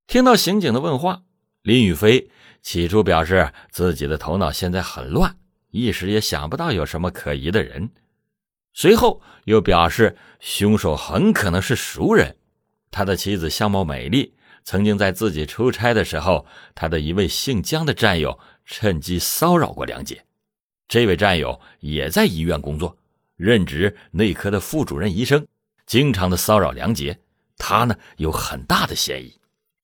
听到刑警的问话，林宇飞起初表示自己的头脑现在很乱，一时也想不到有什么可疑的人。随后又表示凶手很可能是熟人，他的妻子相貌美丽，曾经在自己出差的时候，他的一位姓姜的战友趁机骚扰过梁杰。这位战友也在医院工作，任职内科的副主任医生，经常的骚扰梁杰，他呢有很大的嫌疑。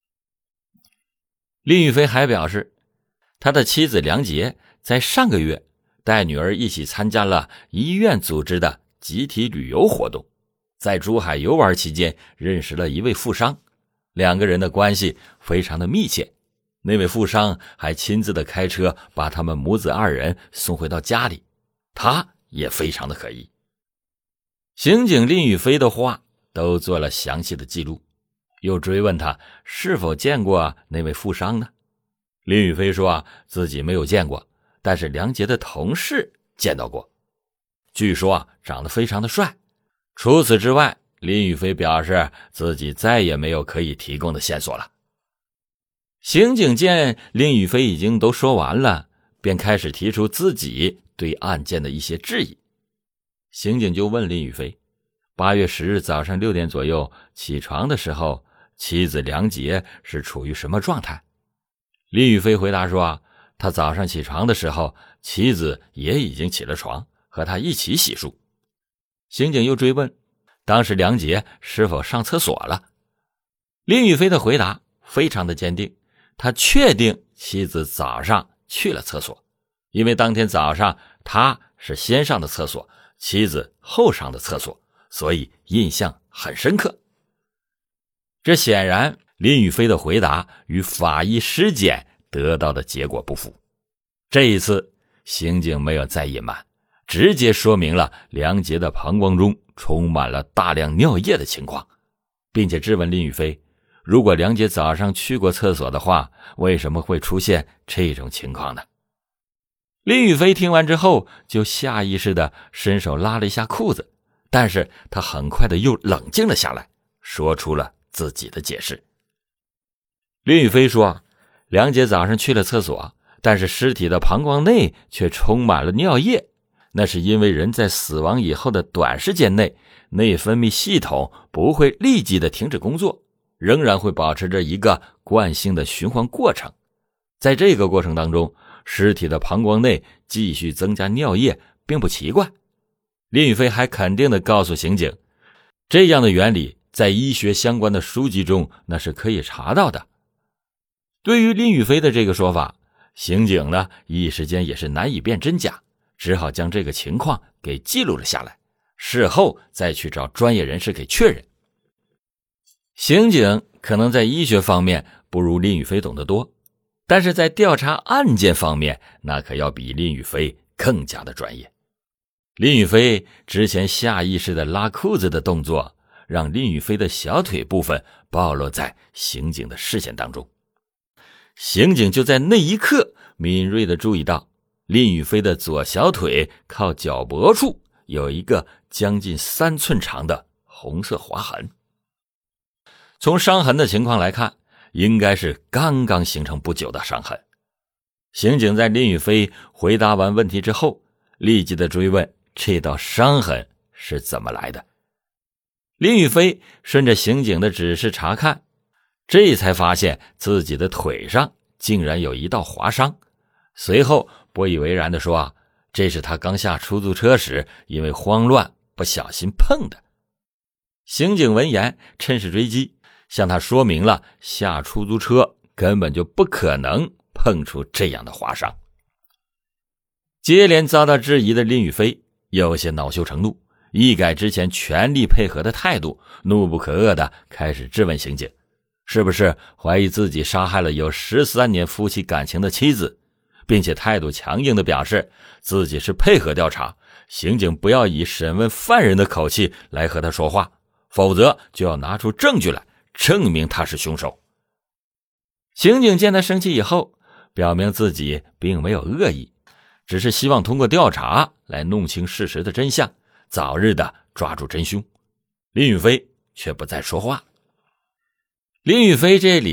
林宇飞还表示，他的妻子梁杰在上个月带女儿一起参加了医院组织的集体旅游活动，在珠海游玩期间认识了一位富商，两个人的关系非常的密切，那位富商还亲自的开车把他们母子二人送回到家里，他也非常的可疑。刑警林宇飞的话都做了详细的记录，又追问他是否见过那位富商呢？林宇飞说自己没有见过，但是梁杰的同事见到过，据说长得非常的帅。除此之外，林宇飞表示自己再也没有可以提供的线索了。刑警见林宇飞已经都说完了，便开始提出自己对案件的一些质疑。刑警就问林宇飞，8月10日早上6点左右起床的时候，妻子梁杰是处于什么状态？林宇飞回答说，他早上起床的时候，妻子也已经起了床，和他一起洗漱。刑警又追问，当时梁杰是否上厕所了？林宇飞的回答非常的坚定，他确定妻子早上去了厕所，因为当天早上他是先上的厕所，妻子后上的厕所，所以印象很深刻。这显然林宇飞的回答与法医尸检得到的结果不符。这一次刑警没有再隐瞒，直接说明了梁杰的膀胱中充满了大量尿液的情况，并且质问林宇飞，如果梁杰早上去过厕所的话，为什么会出现这种情况呢？林宇飞听完之后就下意识地伸手拉了一下裤子，但是他很快的又冷静了下来，说出了自己的解释。林宇飞说，梁杰早上去了厕所，但是尸体的膀胱内却充满了尿液，那是因为人在死亡以后的短时间内，内分泌系统不会立即的停止工作，仍然会保持着一个惯性的循环过程。在这个过程当中，尸体的膀胱内继续增加尿液并不奇怪。林宇飞还肯定地告诉刑警，这样的原理在医学相关的书籍中那是可以查到的。对于林宇飞的这个说法，刑警呢一时间也是难以辨真假，只好将这个情况给记录了下来，事后再去找专业人士给确认。刑警可能在医学方面不如林宇飞懂得多，但是在调查案件方面，那可要比林宇飞更加的专业。林宇飞之前下意识的拉裤子的动作，让林宇飞的小腿部分暴露在刑警的视线当中。刑警就在那一刻敏锐地注意到，林宇飞的左小腿靠脚脖处有一个将近3寸长的红色划痕。从伤痕的情况来看，应该是刚刚形成不久的伤痕。刑警在林宇飞回答完问题之后，立即的追问这道伤痕是怎么来的。林宇飞顺着刑警的指示查看，这才发现自己的腿上竟然有一道划伤，随后不以为然地说，这是他刚下出租车时因为慌乱不小心碰的。刑警闻言趁势追击，向他说明了下出租车根本就不可能碰出这样的划伤。接连遭到质疑的林宇飞有些恼羞成怒，一改之前全力配合的态度，怒不可遏地开始质问刑警，是不是怀疑自己杀害了有13年夫妻感情的妻子，并且态度强硬地表示自己是配合调查，刑警不要以审问犯人的口气来和他说话，否则就要拿出证据来证明他是凶手。刑警见他生气以后，表明自己并没有恶意，只是希望通过调查来弄清事实的真相，早日的抓住真凶。林宇飞却不再说话。林宇飞这里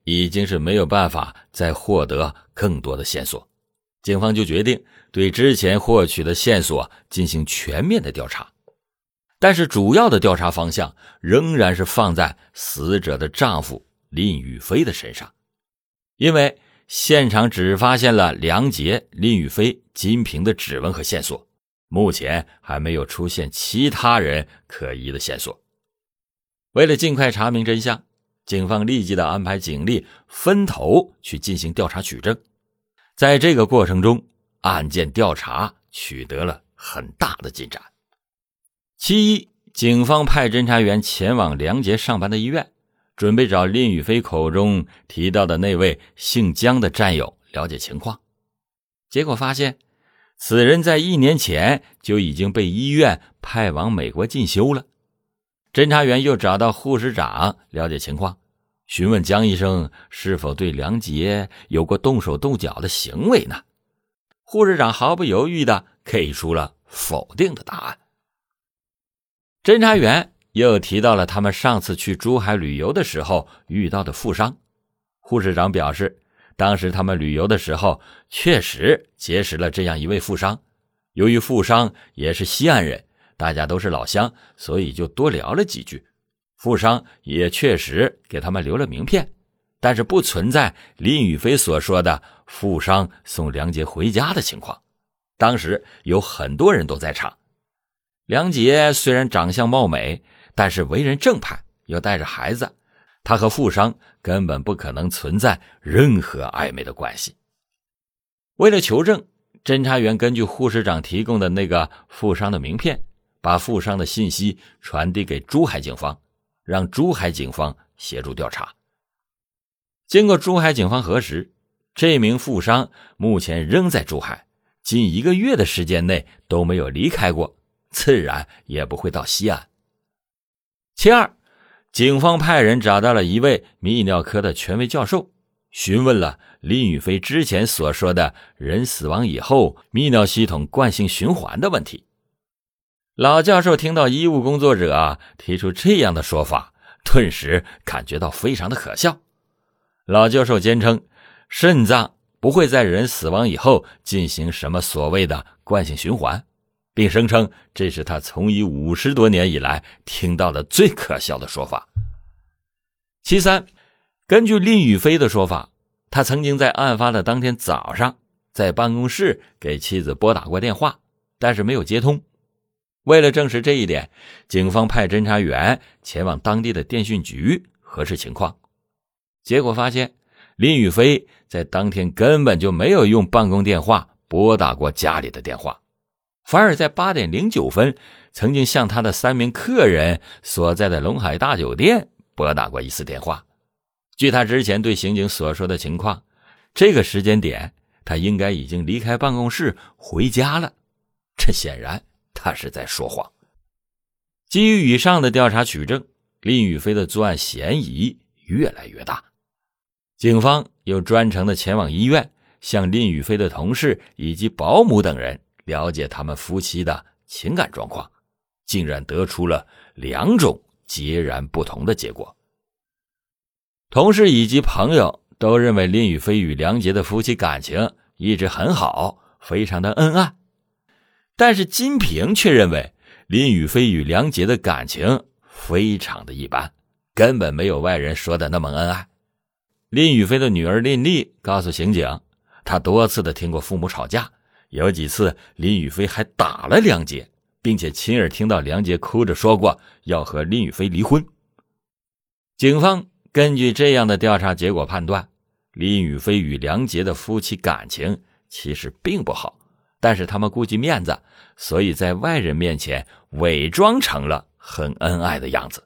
已经是没有办法再获得更多的线索，警方就决定对之前获取的线索进行全面的调查。但是主要的调查方向仍然是放在死者的丈夫林宇飞的身上，因为现场只发现了梁杰、林宇飞、金平的指纹和线索，目前还没有出现其他人可疑的线索。为了尽快查明真相，警方立即的安排警力分头去进行调查取证。在这个过程中，案件调查取得了很大的进展。其一，警方派侦查员前往梁杰上班的医院，准备找林宇飞口中提到的那位姓江的战友了解情况。结果发现，此人在1年前就已经被医院派往美国进修了。侦查员又找到护士长了解情况，询问江医生是否对梁杰有过动手动脚的行为呢？护士长毫不犹豫地给出了否定的答案。侦查员又提到了他们上次去珠海旅游的时候遇到的富商。护士长表示，当时他们旅游的时候确实结识了这样一位富商，由于富商也是西安人，大家都是老乡，所以就多聊了几句。富商也确实给他们留了名片，但是不存在林宇飞所说的富商送梁杰回家的情况。当时有很多人都在场。梁杰虽然长相貌美，但是为人正派，又带着孩子，他和富商根本不可能存在任何暧昧的关系。为了求证，侦查员根据护士长提供的那个富商的名片，把富商的信息传递给珠海警方，让珠海警方协助调查。经过珠海警方核实，这名富商目前仍在珠海，近1个月的时间内都没有离开过，自然也不会到西安。其二，警方派人找到了一位泌尿科的权威教授，询问了林宇飞之前所说的人死亡以后泌尿系统惯性循环的问题。老教授听到医务工作者提出这样的说法，顿时感觉到非常的可笑。老教授坚称，肾脏不会在人死亡以后进行什么所谓的惯性循环，并声称这是他从医50多年以来听到的最可笑的说法。其三，根据林宇飞的说法，他曾经在案发的当天早上在办公室给妻子拨打过电话，但是没有接通。为了证实这一点，警方派侦查员前往当地的电讯局核实情况。结果发现，林宇飞在当天根本就没有用办公电话拨打过家里的电话，反而在8点09分曾经向他的3名客人所在的龙海大酒店拨打过一次电话。据他之前对刑警所说的情况，这个时间点他应该已经离开办公室回家了，这显然他是在说谎。基于以上的调查取证，林宇飞的作案嫌疑越来越大。警方又专程的前往医院，向林宇飞的同事以及保姆等人了解他们夫妻的情感状况，竟然得出了2种截然不同的结果。同事以及朋友都认为林宇飞与梁杰的夫妻感情一直很好，非常的恩爱。但是金平却认为林宇飞与梁杰的感情非常的一般，根本没有外人说的那么恩爱。林宇飞的女儿林丽告诉刑警，她多次的听过父母吵架，有几次林宇飞还打了梁杰，并且亲耳听到梁杰哭着说过要和林宇飞离婚。警方根据这样的调查结果判断，林宇飞与梁杰的夫妻感情其实并不好，但是他们顾及面子，所以在外人面前伪装成了很恩爱的样子。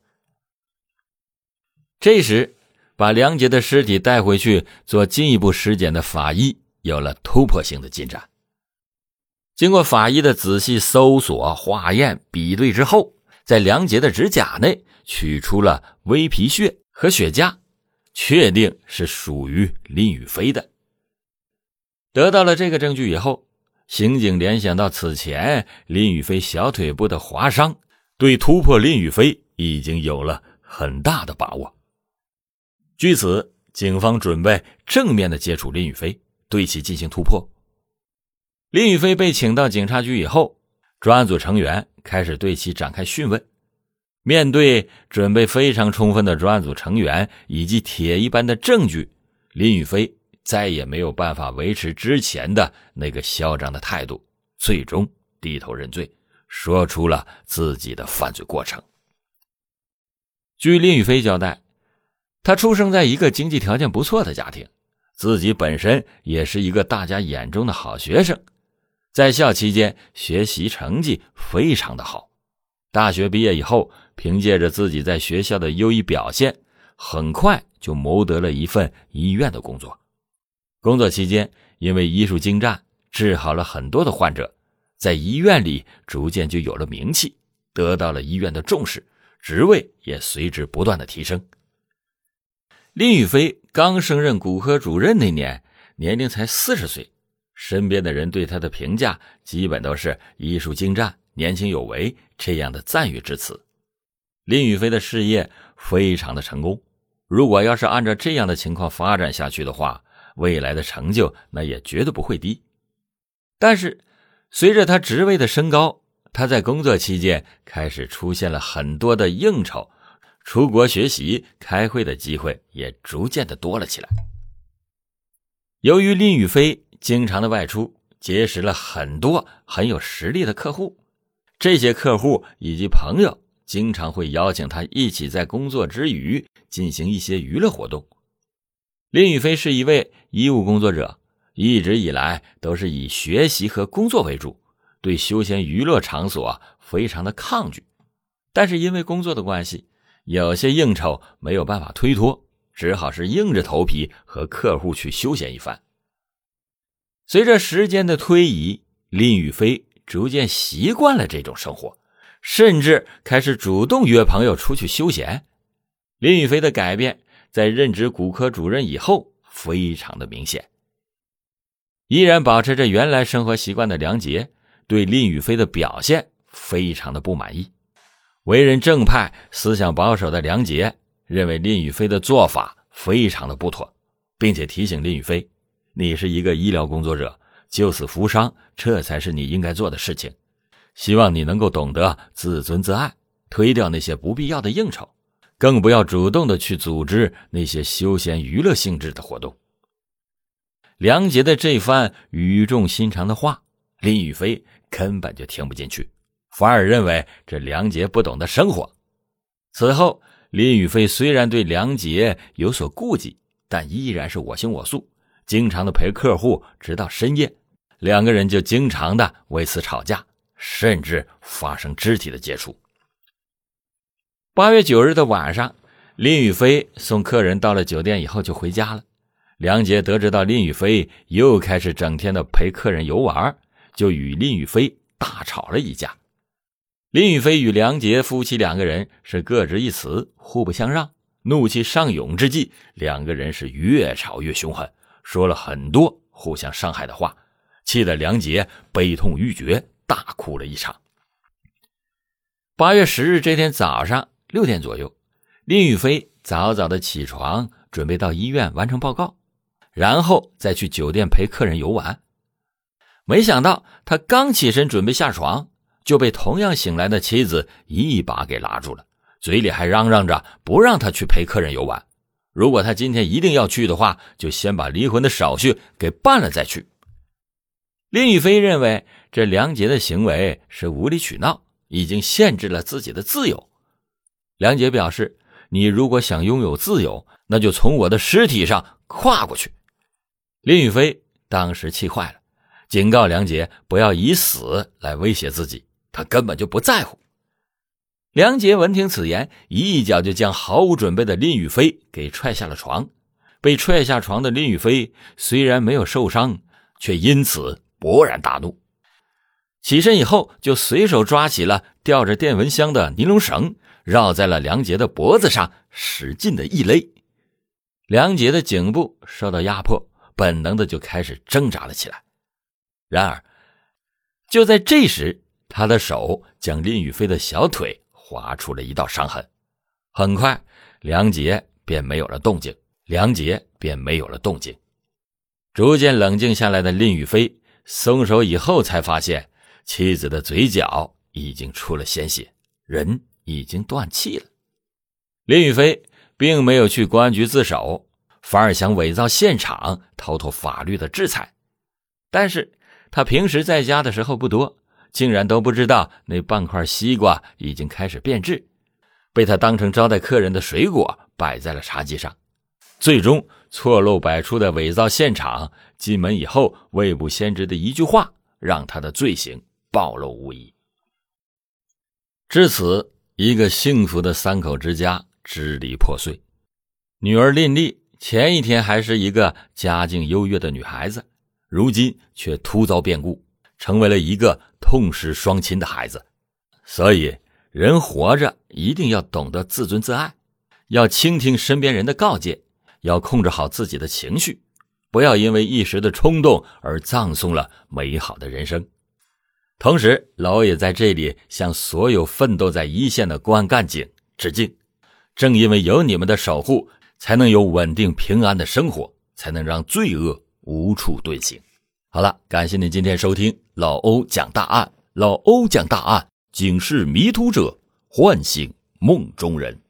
这时把梁杰的尸体带回去做进一步尸检的法医有了突破性的进展。经过法医的仔细搜索、化验、比对之后，在梁杰的指甲内取出了微皮屑和血痂，确定是属于林宇飞的。得到了这个证据以后，刑警联想到此前林宇飞小腿部的划伤，对突破林宇飞已经有了很大的把握。据此， 警方准备正面的接触林宇飞，对其进行突破。林宇飞被请到警察局以后，专案组成员开始对其展开讯问。面对准备非常充分的专案组成员以及铁一般的证据，林宇飞再也没有办法维持之前的那个嚣张的态度，最终低头认罪，说出了自己的犯罪过程。据林宇飞交代，他出生在一个经济条件不错的家庭，自己本身也是一个大家眼中的好学生，在校期间学习成绩非常的好。大学毕业以后，凭借着自己在学校的优异表现，很快就谋得了一份医院的工作。工作期间，因为医术精湛，治好了很多的患者，在医院里逐渐就有了名气，得到了医院的重视，职位也随之不断的提升。林宇飞刚升任骨科主任那年，年龄才40岁，身边的人对他的评价基本都是医术精湛、年轻有为这样的赞誉之词。林宇飞的事业非常的成功，如果要是按照这样的情况发展下去的话，未来的成就那也绝对不会低。但是随着他职位的升高，他在工作期间开始出现了很多的应酬，出国学习、开会的机会也逐渐的多了起来。由于林宇飞经常的外出，结识了很多很有实力的客户，这些客户以及朋友经常会邀请他一起在工作之余进行一些娱乐活动。林宇飞是一位医务工作者，一直以来都是以学习和工作为主，对休闲娱乐场所非常的抗拒。但是因为工作的关系，有些应酬没有办法推脱，只好是硬着头皮和客户去休闲一番。随着时间的推移，林宇飞逐渐习惯了这种生活，甚至开始主动约朋友出去休闲。林宇飞的改变在任职骨科主任以后非常的明显。依然保持着原来生活习惯的梁杰对林宇飞的表现非常的不满意。为人正派、思想保守的梁杰认为林宇飞的做法非常的不妥，并且提醒林宇飞，你是一个医疗工作者，救死扶伤，这才是你应该做的事情。希望你能够懂得自尊自爱，推掉那些不必要的应酬，更不要主动的去组织那些休闲娱乐性质的活动。梁杰的这番语重心长的话，林宇飞根本就听不进去，反而认为这梁杰不懂得生活。此后，林宇飞虽然对梁杰有所顾忌，但依然是我行我素，经常的陪客户直到深夜，两个人就经常的为此吵架，甚至发生肢体的接触。8月9日的晚上，林宇飞送客人到了酒店以后就回家了。梁杰得知到林宇飞又开始整天的陪客人游玩，就与林宇飞大吵了一架。林宇飞与梁杰夫妻两个人是各执一词，互不相让，怒气上涌之际，两个人是越吵越凶狠，说了很多互相伤害的话，气得梁杰悲痛欲绝，大哭了一场。8月10日这天早上6点左右，林宇飞早早的起床，准备到医院完成报告，然后再去酒店陪客人游玩。没想到他刚起身准备下床，就被同样醒来的妻子一把给拉住了，嘴里还嚷嚷着不让他去陪客人游玩，如果他今天一定要去的话，就先把离婚的手续给办了再去。林宇飞认为这梁杰的行为是无理取闹，已经限制了自己的自由。梁杰表示，你如果想拥有自由，那就从我的尸体上跨过去。林宇飞当时气坏了，警告梁杰不要以死来威胁自己，他根本就不在乎。梁杰闻听此言，一脚就将毫无准备的林宇飞给踹下了床。被踹下床的林宇飞虽然没有受伤，却因此勃然大怒。起身以后，就随手抓起了吊着电蚊香的尼龙绳，绕在了梁杰的脖子上，使劲的一勒。梁杰的颈部受到压迫，本能的就开始挣扎了起来。然而就在这时，他的手将林宇飞的小腿划出了一道伤痕。很快梁杰便没有了动静，梁杰便没有了动静。逐渐冷静下来的林宇飞松手以后，才发现妻子的嘴角已经出了鲜血，人已经断气了。林宇飞并没有去公安局自首，反而想伪造现场逃脱法律的制裁。但是他平时在家的时候不多，竟然都不知道那半块西瓜已经开始变质，被他当成招待客人的水果摆在了茶几上。最终错漏百出的伪造现场，进门以后未卜先知的一句话，让他的罪行暴露无遗。至此，一个幸福的三口之家支离破碎。女儿琳丽前一天还是一个家境优越的女孩子，如今却突遭变故，成为了一个痛失双亲的孩子。所以人活着一定要懂得自尊自爱，要倾听身边人的告诫，要控制好自己的情绪，不要因为一时的冲动而葬送了美好的人生。同时，老欧也在这里向所有奋斗在一线的公安干警致敬。正因为有你们的守护，才能有稳定平安的生活，才能让罪恶无处遁形。好了，感谢您今天收听老欧讲大案。老欧讲大案，警示迷途者，唤醒梦中人。